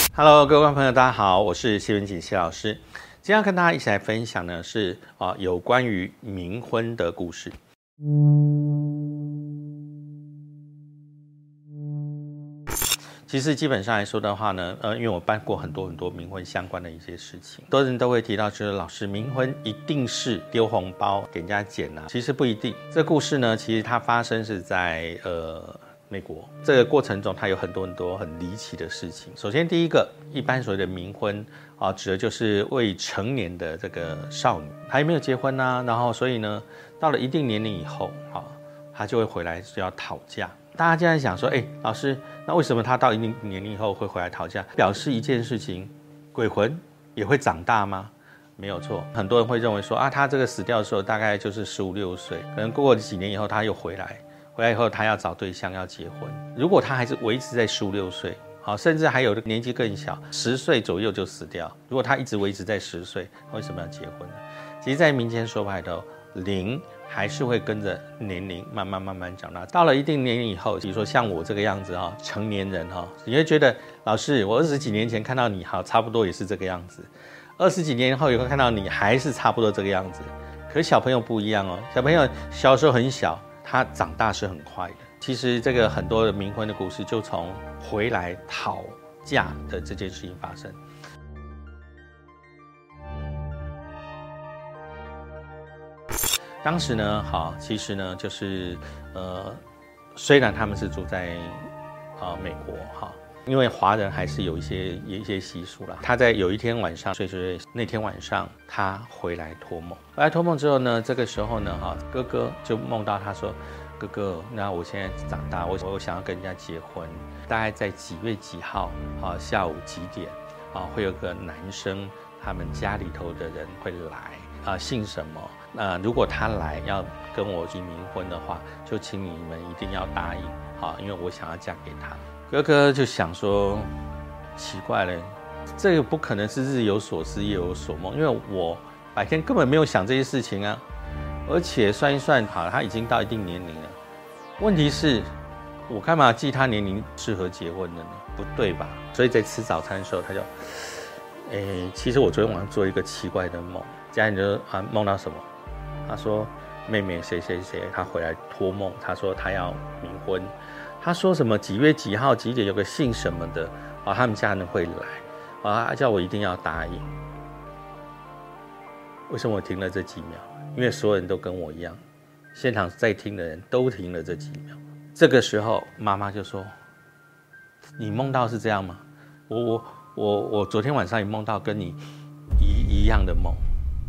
Hello， 各位观众朋友，大家好，我是谢文锦谢老师。今天要跟大家一起来分享呢是有关于冥婚的故事。其实基本上来说的话呢，因为我办过很多冥婚相关的一些事情，很多人都会提到，就是老师冥婚一定是丢红包给人家捡啊？其实不一定。这故事呢，其实它发生是在美国。这个过程中，它有很多很离奇的事情。首先第一个，一般所谓的冥婚指的就是未成年的这个少女，还没有结婚啊，然后所以呢，到了一定年龄以后，她就会回来就要讨嫁。大家竟然想说，老师，那为什么他到一定年龄以后会回来讨嫁？表示一件事情，鬼魂也会长大吗？没有错，很多人会认为说他这个死掉的时候大概就是15、16岁，可能过了几年以后他又回来以后他要找对象要结婚。如果他还是维持在15、16岁，甚至还有的年纪更小，10岁左右就死掉。如果他一直维持在10岁，为什么要结婚呢？其实，在民间说白的灵还是会跟着年龄慢慢长大，到了一定年龄以后，比如说像我这个样子成年人你会觉得老师，我20几年前看到你差不多也是这个样子，20几年后也会看到你还是差不多这个样子。可是小朋友不一样小朋友小时候很小，他长大是很快的。其实这个很多的冥婚的故事就从回来讨嫁的这件事情发生。当时呢，其实呢，就是虽然他们是住在美国因为华人还是有一些习俗啦。他在有一天晚上睡，那天晚上他回来托梦，之后呢，这个时候呢，哥哥就梦到他说，哥哥，那我现在长大，我想要跟人家结婚，大概在几月几号下午几点会有个男生，他们家里头的人会来姓什么？如果他来要跟我提冥婚的话，就请你们一定要答应因为我想要嫁给他。哥哥就想说，奇怪了，这个不可能是日有所思夜有所梦，因为我白天根本没有想这些事情啊，而且算一算他已经到一定年龄了，问题是我干嘛记他年龄适合结婚的呢？不对吧？所以在吃早餐的时候，他就其实我昨天晚上做一个奇怪的梦，家人就梦到什么？他说妹妹谁谁谁，他回来托梦，他说他要冥婚，他说什么几月几号几点有个姓什么的他们家人会来叫我一定要答应。为什么我停了这几秒？因为所有人都跟我一样，现场在听的人都停了这几秒。这个时候妈妈就说，你梦到是这样吗？我昨天晚上也梦到跟你一样的梦。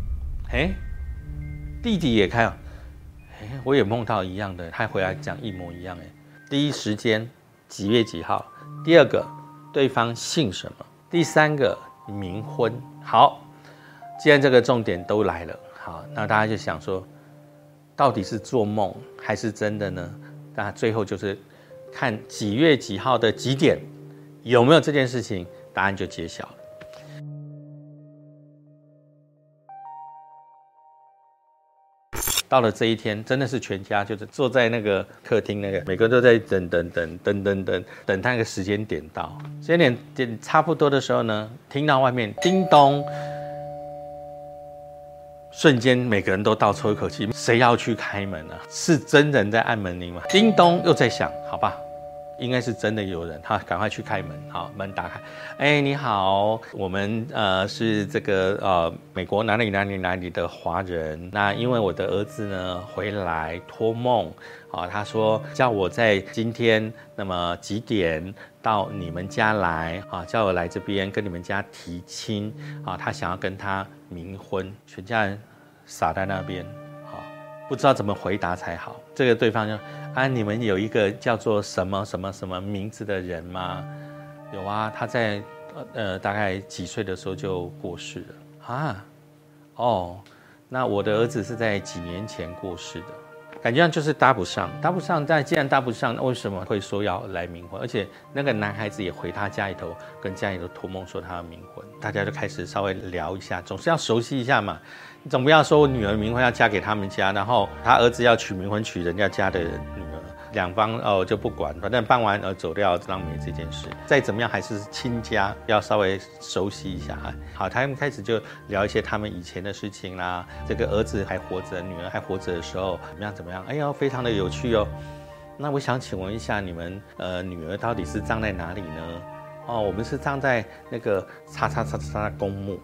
弟弟也看我也梦到一样的，他回来讲一模一样。第一时间几月几号，第二个对方姓什么，第三个冥婚。好，既然这个重点都来了，好，那大家就想说，到底是做梦还是真的呢？那最后就是看几月几号的几点有没有这件事情，答案就揭晓了。到了这一天，真的是全家就是坐在那个客厅，每个人都在等那个时间点到。时间点差不多的时候呢，听到外面叮咚，瞬间每个人都倒抽一口气，谁要去开门啊？是真人在按门铃吗？叮咚又在响，好吧，应该是真的有人，赶快去开门。好，门打开，你好，我们是这个美国哪里的华人。那因为我的儿子呢回来托梦他说叫我在今天那么几点到你们家来叫我来这边跟你们家提亲他想要跟他冥婚。全家人傻在那边不知道怎么回答才好。这个对方就你们有一个叫做什么什么什么名字的人吗？有啊，他在大概几岁的时候就过世了那我的儿子是在几年前过世的。感觉上就是搭不上，但既然搭不上，那为什么会说要来冥婚？而且那个男孩子也回他家里头，跟家里头托梦说他要冥婚，大家就开始稍微聊一下，总是要熟悉一下嘛。你总不要说我女儿冥婚要嫁给他们家，然后他儿子要娶冥婚娶人家家的女儿， 两方就不管，反正办完走掉当没这件事。再怎么样还是亲家，要稍微熟悉一下。好，他们开始就聊一些他们以前的事情啦，这个儿子还活着，女儿还活着的时候怎么样？哎呦，非常的有趣哦。那我想请问一下，你们女儿到底是葬在哪里呢？我们是葬在那个叉叉叉叉公墓。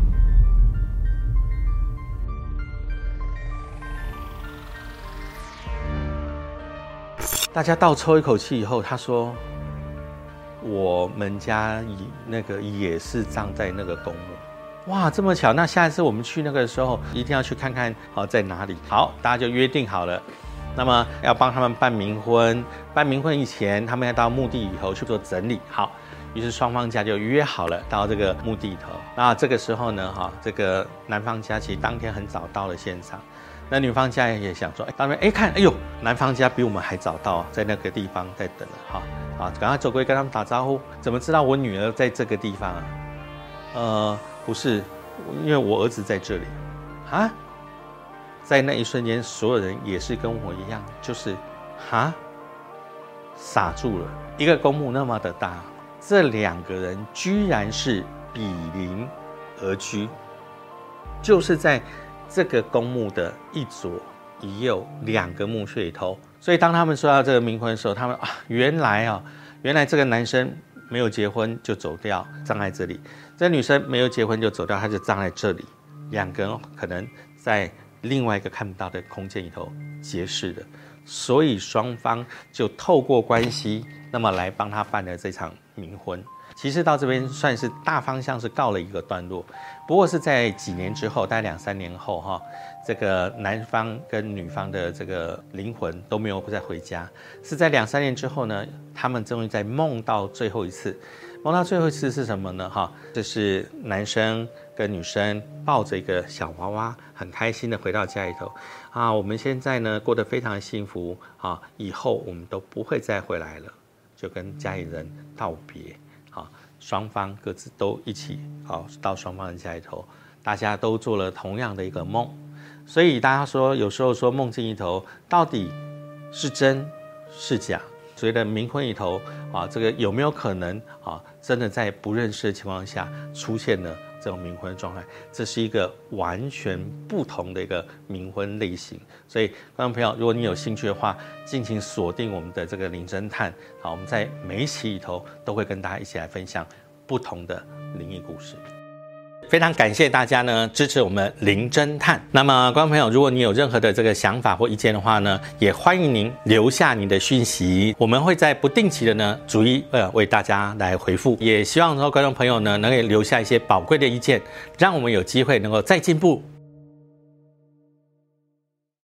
大家倒抽一口气以后，他说：“我们家也是葬在那个公墓。”哇，这么巧！那下一次我们去那个的时候，一定要去看看在哪里。好，大家就约定好了。那么要帮他们办冥婚，办冥婚以前，他们要到墓地里头去做整理。好，于是双方家就约好了到这个墓地里头。那这个时候呢，这个男方家其实当天很早到了现场。那女方家也想说，当然看，哎呦，男方家比我们还早到，在那个地方在等了，赶快走过去跟他们打招呼。怎么知道我女儿在这个地方啊？不是，因为我儿子在这里啊。在那一瞬间，所有人也是跟我一样，就是傻住了。一个公墓那么的大，这两个人居然是比邻而居，就是在这个公墓的一左一右两个墓穴里头。所以当他们说到这个冥婚的时候，他们原来这个男生没有结婚就走掉，葬在这里；这女生没有结婚就走掉，她就葬在这里。两个人可能在另外一个看不到的空间里头结识的，所以双方就透过关系，那么来帮他办了这场冥婚。其实到这边算是大方向是告了一个段落，不过是在几年之后，大概2-3年后这个男方跟女方的这个灵魂都没有再回家，是在2-3年之后呢，他们终于在梦到最后一次。梦到最后一次是什么呢？这是男生跟女生抱着一个小娃娃，很开心的回到家里头我们现在呢过得非常幸福以后我们都不会再回来了，就跟家里人道别双方各自都一起到双方的家里头，大家都做了同样的一个梦。所以大家说，有时候说梦境里头到底是真是假？所谓的冥婚里头这个有没有可能真的在不认识的情况下出现了这种冥婚状态？这是一个完全不同的一个冥婚类型。所以观众朋友，如果你有兴趣的话，敬请锁定我们的这个灵侦探我们在每一期里头都会跟大家一起来分享不同的灵异故事。非常感谢大家呢支持我们灵侦探。那么观众朋友，如果你有任何的这个想法或意见的话呢，也欢迎您留下您的讯息，我们会在不定期的呢逐一为大家来回复。也希望说观众朋友呢能够留下一些宝贵的意见，让我们有机会能够再进步